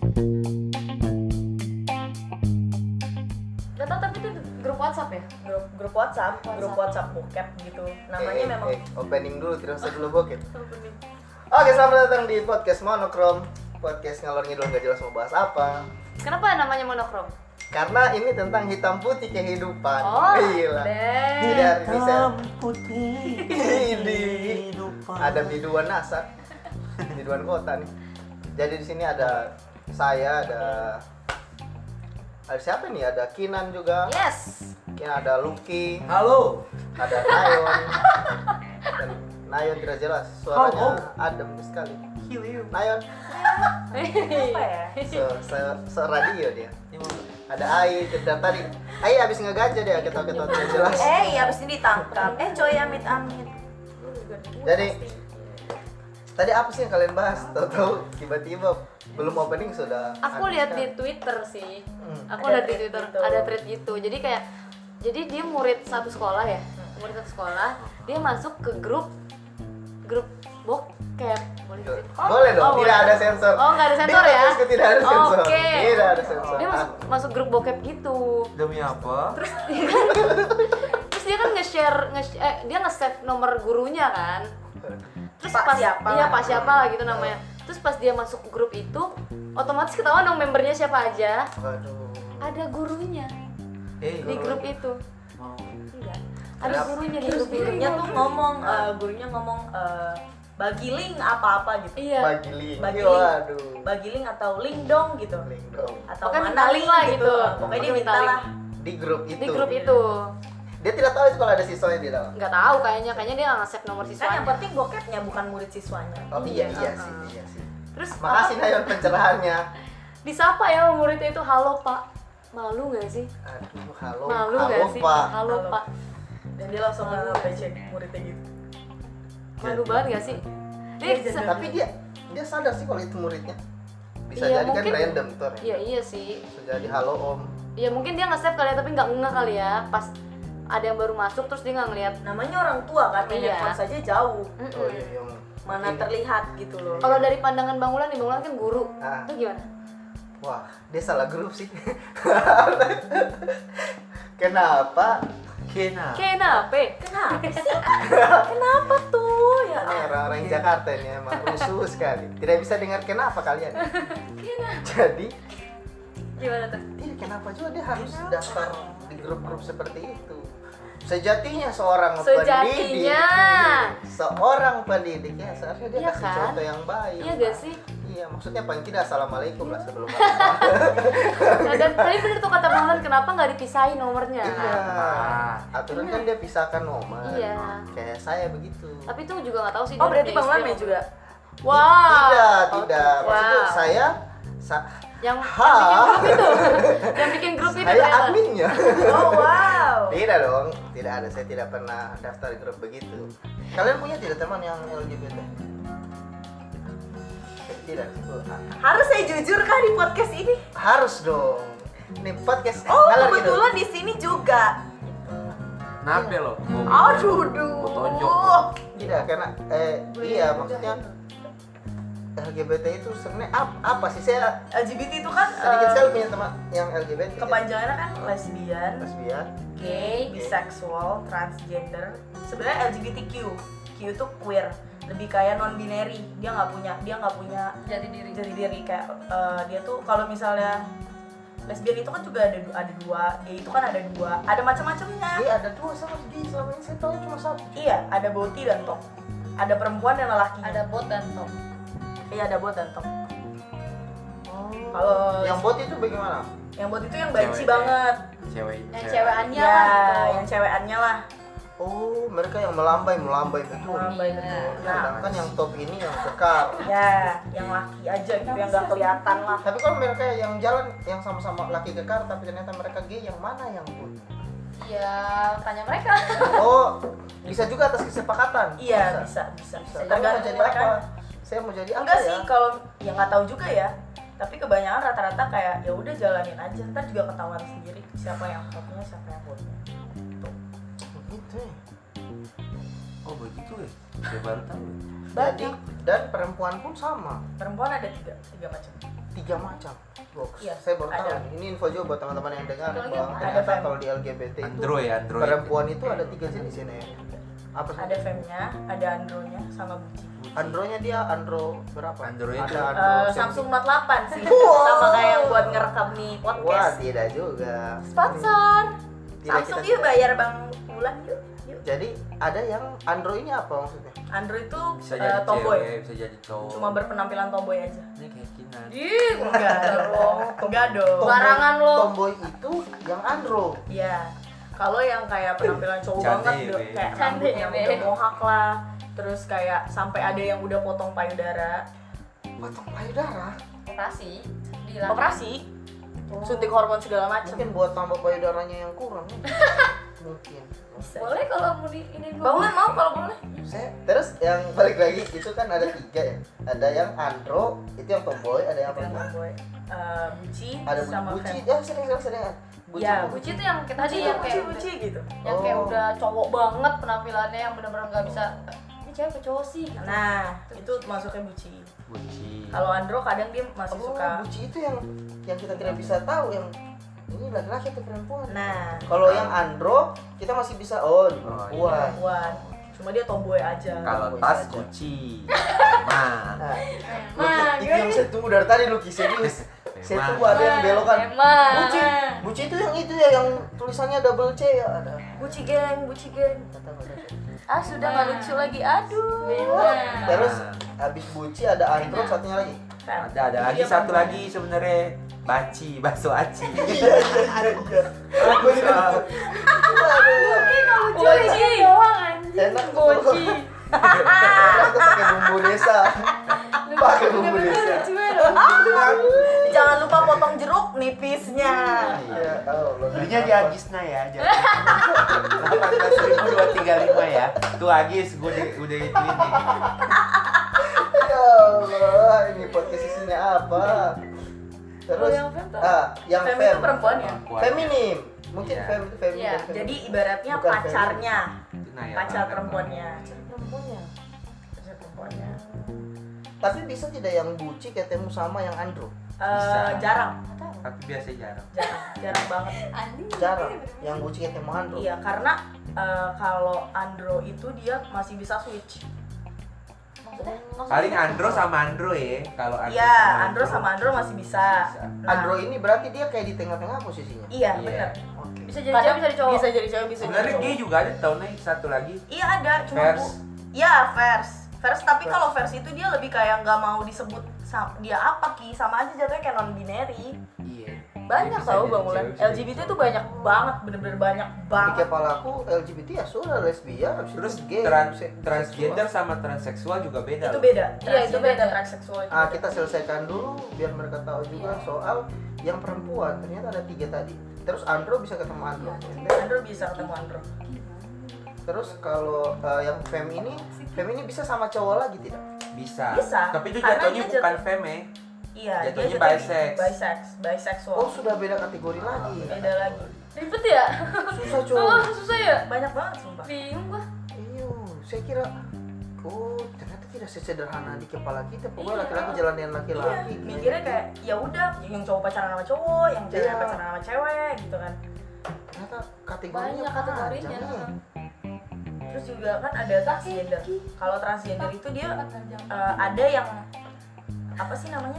Gak tau, tapi itu grup WhatsApp ya? Grup WhatsApp bokep gitu. Namanya memang opening dulu, tidak usah dulu bokep. Oke, selamat datang di podcast Monokrom. Podcast ngalor ngidul gak jelas mau bahas apa. Kenapa namanya monokrom? Karena ini tentang hitam putih kehidupan. Oh, gila. Tidak bisa. Hitam putih Ini kehidupan. ada biduan NASA, biduan kota nih. Jadi di sini ada saya, ada siapa nih? Ada Kinan juga. Yes. Kinan, ada Lucky, Halo. ada Nayon. Dan Nayon tidak jelas, suaranya Halo. adem sekali. Helium. Nayon, apa ya? radio dia. Ada Ai, dan tadi Ai abis ngegajah dia, ketawa-ketawa tidak jelas. Abis ini ditangkap. Coy amit-amit. Jadi tadi apa sih yang kalian bahas? Tahu-tahu tiba-tiba belum opening sudah. Aku ada lihat sekali. di Twitter sih. Aku Ada lihat di thread Twitter gitu. ada thread gitu. Jadi dia murid satu sekolah ya. Murid satu sekolah, dia masuk ke grup bokep. Boleh sih? Boleh dong, tidak boleh. ada sensor. Oh, nggak ada Di sensor ya? podcastku tidak ada sensor. Oke. Tidak ada sensor. Dia masuk grup bokep gitu. Demi apa? Terus dia kan dia nge-save nomor gurunya kan. Terus Pak pas siapa? iya Pak siapa lah gitu namanya. Terus pas dia masuk grup itu, otomatis ketahuan dong membernya siapa aja. Waduh. Ada gurunya di grup itu. Mau. Enggak. Ada Kenapa? gurunya di Terus grup itu. gurunya ngomong bagi link apa-apa gitu. Iya. Bagi link. Bagi Iya, link. waduh. Bagi link atau link dong gitu. Link dong. Atau Pokoknya mana minta link lah gitu. Pokoknya dia Pokoknya minta minta lah. Di grup itu. Di grup itu. Dia tidak tahu itu kalau ada siswanya di dalam. Enggak tahu kayaknya dia nggak nge-save nomor Kan yang siswanya. penting bokepnya bukan murid siswanya. Oh iya Iya, sih, iya sih. Terus Makasih Nayon pencerahannya. disapa ya sama muridnya itu, "Halo, Pak." Malu nggak sih? Aduh, halo. Malu halo, nggak sih? Pak. Halo, Pak. Dan dia langsung nge-PC muridnya gitu. Malu banget nggak sih? Tapi dia sadar sih kalau itu muridnya. Bisa Iya, jadi kan mungkin. random tuh. Iya sih. Bisa jadi halo Om. Ya mungkin dia nge-save kali ya, tapi nggak ngeh kali ya. Pas ada yang baru masuk terus dia nggak ngeliat. Namanya orang tua kan, main Iya. handphone saja jauh. Oh iya, yang Mana ini. terlihat gitu loh. Kalau dari pandangan Bang Ulan nih, Bang Ulan kan guru. Ah. Itu gimana? Wah, dia salah grup sih. Kenapa? Kena. Kenapa? Kenapa sih? Kenapa tuh? Ya Ini orang-orang Jakarta ini emang rusuh sekali. Tidak bisa dengar kenapa kalian. Jadi, Gimana tuh? tidak kenapa juga dia harus daftar di grup-grup seperti itu. Sejatinya seorang pendidik, seorang pendidik ya seharusnya dia Iya kasih kan? contoh yang baik. Iya gak sih? Iya, maksudnya paling tidak assalamualaikum lah sebelum Nah, dan tadi bener tuh kata Bang Ulan, kenapa nggak dipisahin nomornya? Iya. Aturan kan dia pisahkan nomor. Iya. Kayak saya begitu. Tapi itu juga nggak tahu sih. Oh, dia berarti punya Bang Lan istri main apa juga. Wow. Tidak. Maksudnya Wow. saya Yang bikin grup itu. Yang bikin grup itu saya ternyata. adminnya. Oh, wow. Tidak dong, tidak ada. Saya tidak pernah daftar di grup begitu. Kalian punya tidak teman yang LGBT? Tidak. Harus saya jujur kah di podcast ini? Harus dong. Ini podcast Oh, ngalor gitu. kebetulan di sini juga. Nape lo? Aduh, Mau tonjok. Tidak, karena iya maksudnya LGBT itu sebenarnya apa sih? Saya LGBT itu kan sedikit sekali punya teman yang LGBT. kepanjangannya kan lesbian, Lesbian. gay, biseksual, transgender. Sebenarnya LGBTQ. Q itu queer, lebih kayak non binary. Dia nggak punya Jati diri. kayak dia tuh kalau misalnya lesbian itu kan juga ada dua, gay itu kan ada dua, ada macam-macamnya. Ada dua sama gay, selama ini saya tahu cuma satu. Iya, ada boti dan top. Ada perempuan dan lelaki. Ada bot dan top. Iya, ada bot dan top. Oh. Kalau Yang bot itu bagaimana? yang bot itu yang banci Cewek. banget. Yang cewekannya Ya, lah gitu. yang cewekannya lah. Oh, mereka yang melambai betul. Melambai Iya. betul. Nah, Sedangkan yang top ini yang kekar. ya, yang laki aja gitu, yang nggak kelihatan lah. Tapi kalau mereka yang jalan yang sama-sama laki kekar tapi ternyata mereka gay, yang mana yang bot? Ya tanya mereka. Oh, bisa juga atas kesepakatan. Iya, bisa. Bisa. Kamu mau Tergantung jadi mereka. apa? Saya mau jadi Enggak apa sih, ya? kalau ya nggak tahu juga ya. Tapi kebanyakan rata-rata kayak ya udah jalanin aja, ntar juga ketahuan sendiri siapa yang topnya, siapa yang botnya. Gitu ya. Oh begitu ya? Saya baru tahu. Jadi dan perempuan pun sama. Perempuan ada tiga macam. 3 macam. Box. Iya, Saya baru tahu. ada. Ini info juga buat teman-teman yang dengar Satu lagi bahwa apa? ternyata Ada kalau di LGBT itu Android. perempuan itu ada 3 jenis ini. Apa sih? Ada femnya, ada andronya, sama buci. Andronya dia andro berapa? Android ada itu, andro Samsung Note 8 sih. Wow. Sama kayak yang buat ngerekam nih Wah, podcast. tidak juga. Sponsor. Tidak, Samsung kita yuk tidak. bayar Bang Bulan yuk. Jadi ada yang andro ini apa maksudnya? Andro itu bisa jadi tomboy. cewek, bisa jadi cowok. Cuma berpenampilan tomboy aja. Ini kayak Kinan. Ih, Enggak dong. Enggak dong. Barangan lo. Tomboy itu yang andro. Iya. Kalau yang kayak penampilan cowok Cande, banget Be. kayak Cande, rambut yang Be. udah mohak lah. Terus kayak sampai ada yang udah potong payudara. Potong payudara. Operasi. Operasi. Suntik hormon segala macam. Mungkin buat tambah payudaranya yang kurang. Mungkin. Boleh kalau mau di ini Bangunan mau kalau boleh. Terus yang balik lagi itu kan ada 3 ya. Ada yang andro, itu yang tomboy, ada yang apa? Yang tomboy. Buci Ada sama buci. fem. Ya, sering. Buci. Ya, Buci itu yang kita tadi yang kayak buci gitu. yang kayak Oh. udah cowok banget penampilannya yang benar-benar nggak bisa ini cewek apa cowok sih gitu. Nah, itu masuknya buci. Buci. Kalau andro kadang dia masih Oh, suka. buci itu yang kita tidak bisa tahu yang ini laki-laki atau perempuan. Nah, Kalau yang andro kita masih bisa iya. perempuan. perempuan. Cuma dia tomboy aja. Kalau Boys tas aja. Gucci. Nah, Nah, Emang, itu yang saya tunggu dari tadi Lucky serius. Saya Emang. tunggu ada yang belokan. Emang. Buci itu ya yang tulisannya double C ya ada. Buci geng. Ah, sudah nggak lucu lagi. Aduh. Memang. Terus habis buci ada andro satunya lagi. ada lagi Dia satu perempuan. lagi sebenarnya. Bakso aci. Iya. Aku ini. Waduh. Boci doang anjing. Enak tuh. Boci. Enak tuh pakai bumbu desa. Pakai bumbu desa. Jangan lupa potong jeruk nipisnya. Ya Allah. Belinya di Agisna ya, jangan. 18.235 ya. Tuh Agis, gue udah itu ini. Ya Allah, ini podcast isinya apa? Terus yang fem tuh? yang Fem fem. itu perempuan ya. Feminim. Mungkin Iya. fem itu feminim. Iya, dan feminim. Jadi ibaratnya Bukan pacarnya, Itu nah ya, pacar banget. perempuannya. Perempuannya. Pacar perempuannya. Tapi bisa tidak yang buci ketemu sama yang andro? Bisa. Jarang, Tapi biasa jarang. jarang banget. Jarang. Yang buci ketemu andro. Iya, karena kalau andro itu dia masih bisa switch. Paling Andro sama Andro ya. Kalau Andro Iya, andro sama andro masih bisa. Nah, Andro ini berarti dia kayak di tengah-tengah posisinya. Iya, Iya. benar. Oke. Bisa jadi cewek bisa jadi cowok. Bisa jadi cewek, bisa jadi Sebenarnya cowok. gay juga ada tau nih satu lagi. Iya ada, cuma Vers. Iya, vers. Tapi kalau vers itu dia lebih kayak nggak mau disebut dia apa sama aja jatuhnya kayak non binary. Iya. Banyak Bisa tau jadi Bang Ulan. cewek, bisa jadi LGBT cowok. tuh banyak banget, bener-bener banyak Di banget. kepala aku LGBT ya sudah lesbian, habis Terus itu gay, transgender sama transseksual juga beda. Itu loh. beda. Iya, itu Transgender beda. dan transseksual itu. Ah, beda. kita selesaikan dulu biar mereka tahu juga soal yang perempuan. Ternyata ada 3 tadi. Terus andro bisa ketemu andro. Andro bisa ketemu andro. Terus kalau yang fem ini bisa sama cowok lagi tidak? Bisa. Bisa. Tapi itu Karena jatuhnya dia bukan jatuh- femme. Iya, Jatuhnya dia bisex. bisexual. Oh, sudah beda kategori lagi. Beda lagi. Ribet ya? Susah Oh, cowok. susah ya? Banyak banget sumpah. Bingung gua. Iya, saya kira ternyata tidak sesederhana di kepala kita. Pokoknya Iya. laki-laki jalan dengan Iya, laki-laki. mikirnya kayak ya udah yang cowok pacaran sama cowok, yang cewek Iya. pacaran sama cewek gitu kan. Ternyata kategorinya Banyak kategorinya. panjang ya. Terus juga kan ada transgender. Kalau transgender itu dia ada yang apa sih namanya?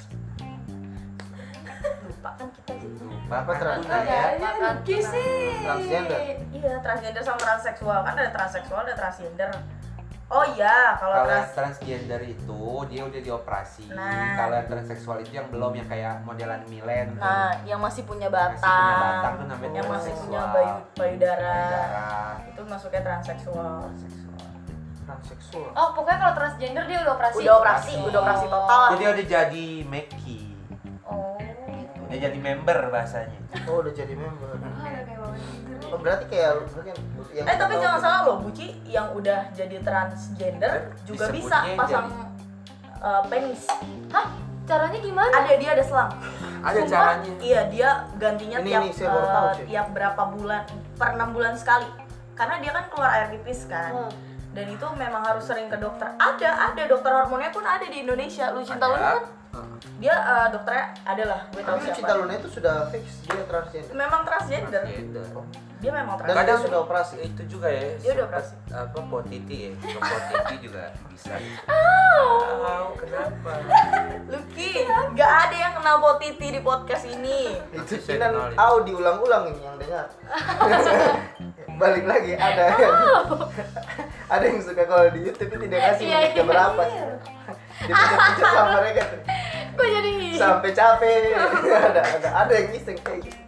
Lupa kan kita gitu. Apa trans- ya? Makan Transgender. Iya, transgender sama transseksual kan ada transseksual, ada transgender. Oh iya, kalau Kalau yang transgender itu dia udah dioperasi. Nah. Kalau yang transseksual itu yang belum, yang kayak modelan Milen. nah yang masih punya Masih punya batang batang, tuh namanya yang masih transseksual. punya payudara, Payudara. itu masuknya transseksual. Transseksual. Transseksual. Oh, pokoknya kalau transgender dia udah operasi. Udah operasi total lah. Jadi udah jadi Meki. Oh. Udah jadi member bahasanya. Oh, udah jadi member. Ah, ada kayak bawa gitu. Oh, berarti kayak mungkin yang Tapi kita jangan tahu- salah loh, Buci yang udah jadi transgender juga bisa Disebutnya pasang penis. Hah? Caranya gimana? Ada, dia ada selang. Ada Sumpah? caranya. Iya, dia gantinya Ini tiap nih, saya baru tahu, Cik. tiap berapa bulan, per 6 bulan sekali. Karena dia kan keluar air pipis kan. Hmm. Dan itu memang harus sering ke dokter. Ada dokter hormonnya pun ada di Indonesia. Lu Cinta Luna kan? Dia dokternya adalah, gue tahu Tapi siapa. Cinta Luna itu sudah fix dia transgender. Memang transgender. Transgender. Dia memang Dan transgender. dia sudah operasi. Itu juga ya. Dia udah sempat, operasi. Apa potiti ya? Ke potiti juga bisa. Kenapa? Lucky, nggak ada yang kenal Potiti di podcast ini. Itu Saya Kinan kenalin. diulang-ulang ini yang dengar. Balik lagi ada yang ada yang suka kalau di YouTube itu tidak kasih Iya, menit keberapa. Dipencet-pencet sama mereka tuh. Kok jadi Sampai capek. ada yang iseng kayak gitu.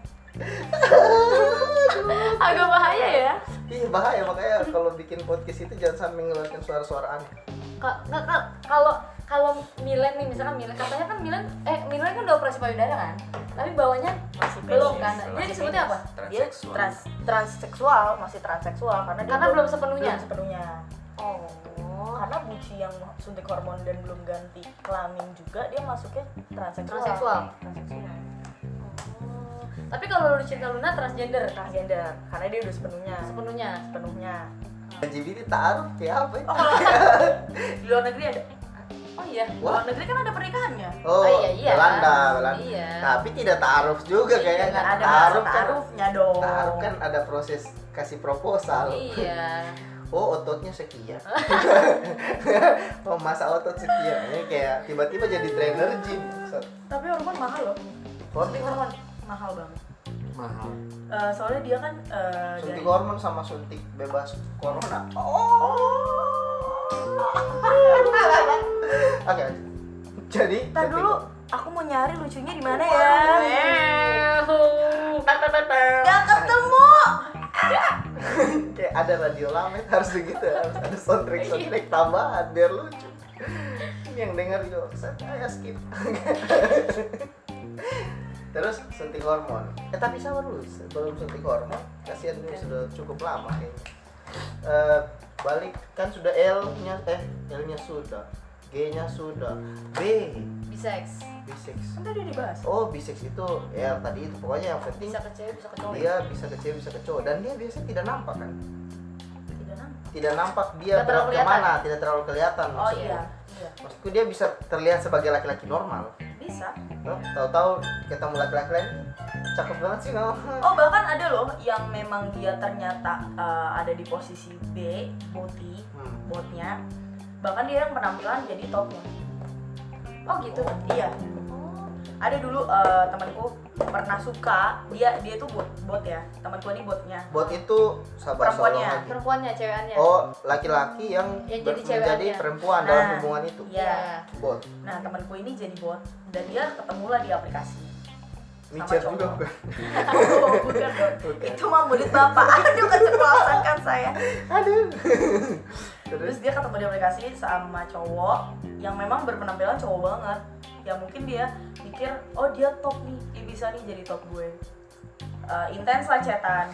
agak bahaya ya? Iya bahaya, makanya kalau bikin podcast itu jangan sampai ngeluarin suara-suara aneh. Kalau Milen nih, misalkan Milen, katanya kan Milen kan udah operasi payudara kan, tapi bawahnya Masih belum penis. kan? Dia disebutnya apa? Dia transseksual, masih transseksual karena dia Karena belum sepenuhnya? Belum sepenuhnya. Oh, Karena Buci yang suntik hormon dan belum ganti kelamin juga, dia masuknya transseksual. Transseksual. Transseksual. tapi kalau lu Cinta Luna transgender Transgender karena dia udah sepenuhnya. sepenuhnya. LGBT taruh kayak apa ya? Oh, kalau di luar negeri ada. Oh iya. Di luar negeri kan ada pernikahannya. Oh, iya. Belanda. Iya. Tapi tidak taruh juga kayaknya. Nggak ada Taruh kan, taruhnya dong. taruh kan ada proses kasih proposal. Iya. Oh, ototnya sekian. Oh, masa otot sekian. Ini kayak tiba-tiba jadi trainer gym. Tapi hormon mahal loh. Suntik hormon mahal banget. Mahal. Soalnya dia kan Suntik dari hormon sama suntik bebas corona. Oke. Jadi Ntar ketika- dulu aku mau nyari lucunya di mana ya? Gak ketemu. kayak ada radio lama harus begitu, harus ada soundtrack tambahan biar lucu. Ini yang dengar juga saya skip. Terus suntik hormon. Tapi sabar dulu, sebelum suntik hormon, kasihan dulu sudah cukup lama kayaknya. Balik kan sudah L-nya sudah, G-nya sudah, B Bisex. bisex. Kan tadi dibahas. Oh, bisex itu L tadi itu pokoknya yang penting Bisa ke cewek, bisa ke cowok. dia bisa ke cewek bisa ke cowok dan dia biasanya tidak nampak kan? Tidak nampak. Tidak nampak dia Tidak terlalu berat kemana, tidak terlalu kelihatan Oh maksudnya. iya. Maksudku dia bisa terlihat sebagai laki-laki normal. Bisa. Oh, tahu-tahu ketemu laki-laki lain cakep banget sih no. Oh bahkan ada loh yang memang dia ternyata ada di posisi B, botnya. Bahkan dia yang penampilan jadi topnya. Oh gitu. Iya. Ada dulu temanku pernah suka dia tuh bot ya. Temanku ini botnya. Bot itu sabar Perempuannya. solo lagi. Perempuannya, cewekannya. Oh, laki-laki yang, Yang jadi menjadi cewekannya. perempuan Nah. dalam hubungan itu. Iya. Bot. Nah temanku ini jadi bot dan dia ketemulah di aplikasi. Micet cowok. juga bukan. Oh, bukan dong. Bukan. Itu mah murid bapak. Aduh keceplosan kan saya. Aduh. Terus dia ketemu di aplikasi sama cowok yang memang berpenampilan cowok banget. Ya mungkin dia mikir, oh dia top nih, dia bisa nih jadi top gue. Intens lah chatan.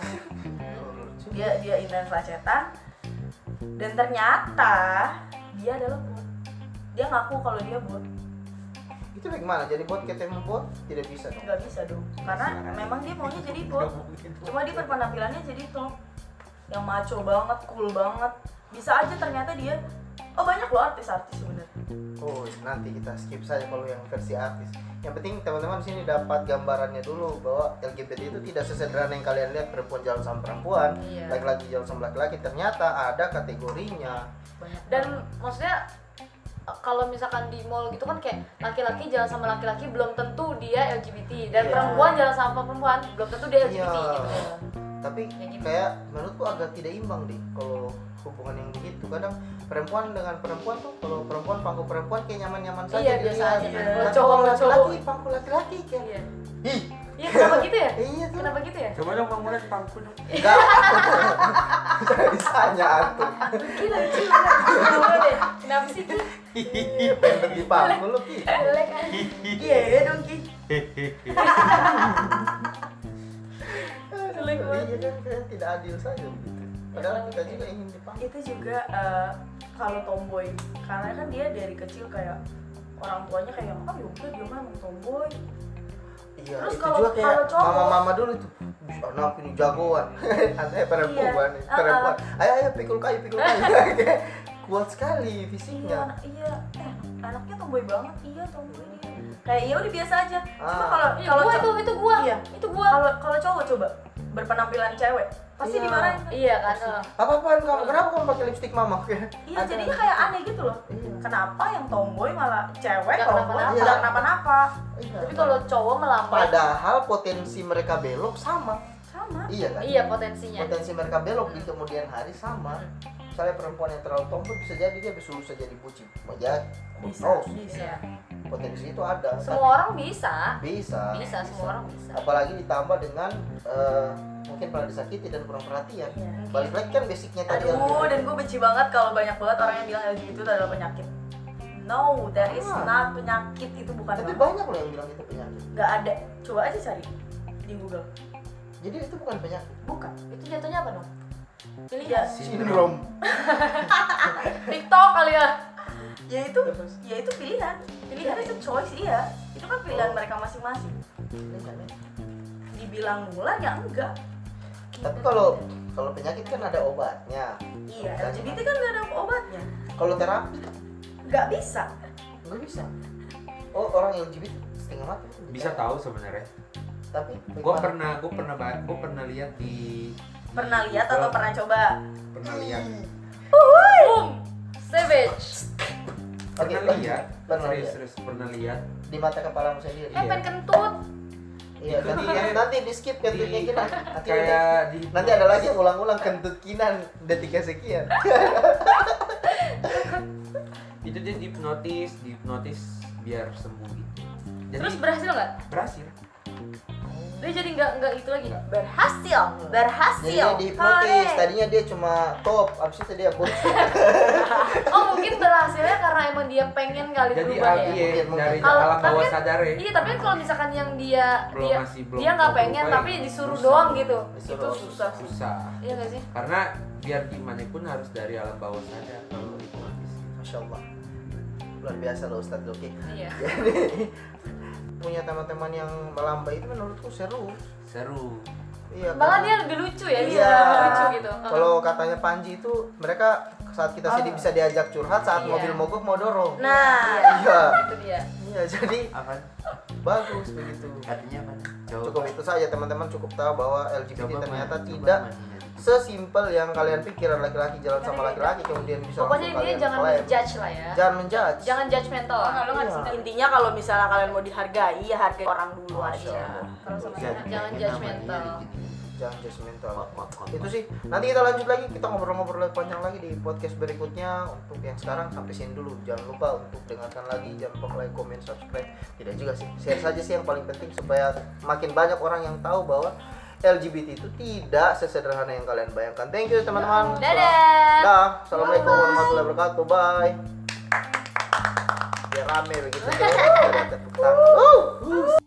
Dia intens lah chatan. Dan ternyata dia adalah bot. Dia ngaku kalau dia bot. Itu bagaimana? Jadi bot ketemu bot tidak bisa dong. Nggak bisa dong. Karena memang dia maunya jadi bot. Cuma dia berpenampilannya jadi top. Yang macho banget, cool banget. Bisa aja ternyata dia. Oh banyak loh artis-artis sebenarnya. Oh, nanti kita skip saja kalau yang versi artis. Yang penting teman-teman di sini dapat gambarannya dulu bahwa LGBT itu tidak sesederhana yang kalian lihat perempuan jalan sama perempuan, Iya. laki-laki jalan sama laki-laki. Ternyata ada kategorinya. Banyak. Dan maksudnya kalau misalkan di mall gitu kan kayak laki-laki jalan sama laki-laki belum tentu dia LGBT dan Iya. perempuan jalan sama perempuan belum tentu dia LGBT Iya. gitu. Tapi Ya gitu. kayak menurutku agak tidak imbang deh kalau hubungan yang begitu. Kadang perempuan dengan perempuan tuh, kalau perempuan pangku perempuan kayak nyaman-nyaman saja. Iya, dilihat. biasa aja. Iya. Tapi Cowok kalau sama cowok. laki-laki pangku laki-laki kayak. Iya. Ih, Iya kenapa gitu ya? iya tuh. Kenapa gitu ya? Coba dong Bang Mulan pangku dong. Enggak. Bisanya antum. Gila lucu banget deh. Kenapa sih Ki? Pendek di pangku lu Ki. Jelek kan? Iya dong Ki. Jelek banget. Iya kan kayak tidak adil saja begitu. Padahal kita juga ingin dipangku. Itu juga kalau tomboy, karena kan dia dari kecil kayak orang tuanya kayak, oh yaudah dia mah emang tomboy. Iya, Terus itu kalau- juga kayak kalau cowok- mama-mama dulu tuh. "Wih, anak ini jagoan." Aneh perempuan, Iya, perempuan. Ayo pikul kayu, pikul kayu. Kayak kuat sekali Iya, fisiknya. iya. Anaknya tomboy banget. Iya, tomboy dia. Kayak ya udah biasa aja. Cuma Ah. kalau Iya, kalau gua cow- itu gua. Iya. Itu gua. kalau cowok coba berpenampilan cewek, pasti Iya. dimarahin. Iya kan. Apa-apaan kamu? Kenapa kamu pakai lipstik mama? Iya, Ada. jadinya kayak aneh gitu loh. Iya. Kenapa yang tomboy malah cewek Nggak tomboy kenapa-napa. nggak kenapa-napa? Iya. Tapi kalau cowok melambai, Padahal potensi mereka belok sama. Sama. Iya kan? iya potensinya. Potensi mereka belok di kemudian hari sama. Misalnya perempuan yang terlalu tomboy bisa jadi dia bisa lulus jadi bucin. Mau jadi Bisa, terus. bisa. Iya. Potensi itu ada. Semua orang bisa. bisa. Bisa, semua orang bisa. Apalagi ditambah dengan mungkin pernah disakiti dan kurang perhatian. Iya. Balik lagi kan basicnya tadi. Aduh, dan gue benci banget kalau banyak banget orang yang bilang LGBT itu adalah penyakit. No, that is Ah. not penyakit, itu bukan Tapi banget. banyak loh yang bilang itu penyakit. Nggak ada. Coba aja cari di Google. Jadi itu bukan penyakit. Bukan. Itu jatuhnya apa dong? Ya, Pilihan. Sindrom. TikTok kali ya. ya itu pilihan. Pilihan itu choice, iya. Itu kan pilihan mereka masing-masing. Dibilang nular ya enggak. Tapi kalau penyakit kan ada obatnya. Iya, LGBT kan nggak ada obatnya. Kalau terapi Nggak bisa. nggak bisa. Oh, orang LGBT setengah mati. Bisa tahu sebenarnya. Tapi Gue bagaimana? pernah lihat di Pernah lihat atau pernah coba? pernah lihat Boom. Savage. Oke, pernah lihat pernah serius lihat. serius pernah lihat Di mata kepalamu sendiri. Pengen kentut. Iya, nanti di skip kentutnya Di- Kinan. Nanti kayak di nanti ada lagi yang ulang-ulang kentut Kinan detik sekian. itu dia dihipnotis biar sembuh gitu. Jadi Terus berhasil nggak? berhasil. Dia jadi nggak itu lagi. Berhasil. Jadi Berhasil. dia dihipnotis. Hore. Tadinya dia cuma top, abis itu dia bocor. Oh mungkin berhasilnya karena emang dia pengen kali Jadi berubah ya. iya, Mungkin. dari Kalau- alam tapi bawah kan- sadar ya. Iya tapi kan kalau misalkan yang dia Belum dia nggak mau pengen berubah tapi ya. disuruh Susah. doang gitu. Disuruh. Itu susah. Susah. Iya nggak sih? Karena biar gimana pun harus dari alam bawah sadar kalau hipnotis. Masya Allah. Luar biasa loh Ustadz Doki. Iya. Jadi punya teman-teman yang melambai itu menurutku seru. Seru. Iya. Malah karena- dia lebih lucu ya, dia Iya. lebih lucu gitu. Kalau katanya Panji itu mereka saat kita sedih bisa diajak curhat, saat Iya. mobil mogok mau dorong. Nah, Iya. Itu dia. Iya, jadi Apa? bagus begitu. Artinya apa? Cukup itu saja teman-teman, cukup tahu bahwa LGBT ternyata coba tidak maninya. sesimpel yang kalian pikir. Laki-laki jalan sama laki-laki kemudian bisa Pokoknya langsung dia kalian jangan klaim. menjudge lah ya. Jangan menjudge. Jangan judgmental. Kalau nggak Iya. disini. Intinya kalau misalnya kalian mau dihargai, ya hargai orang dulu Masya aja. Allah. Kalau sama Jadi, jangan namanya judgmental. gitu. Jangan judgmental. Wah. Itu sih. Nanti kita lanjut lagi, kita ngobrol-ngobrol lebih panjang lagi di podcast berikutnya. Untuk yang sekarang sampai sini dulu. Jangan lupa untuk dengarkan lagi, jangan lupa like, comment, subscribe. Tidak juga sih. Share saja sih yang paling penting supaya makin banyak orang yang tahu bahwa LGBT itu tidak sesederhana yang kalian bayangkan. Thank you teman-teman. Dadah. Dah. Assalamualaikum warahmatullahi wabarakatuh. Bye. Biar rame begitu. Ada tepuk tangan.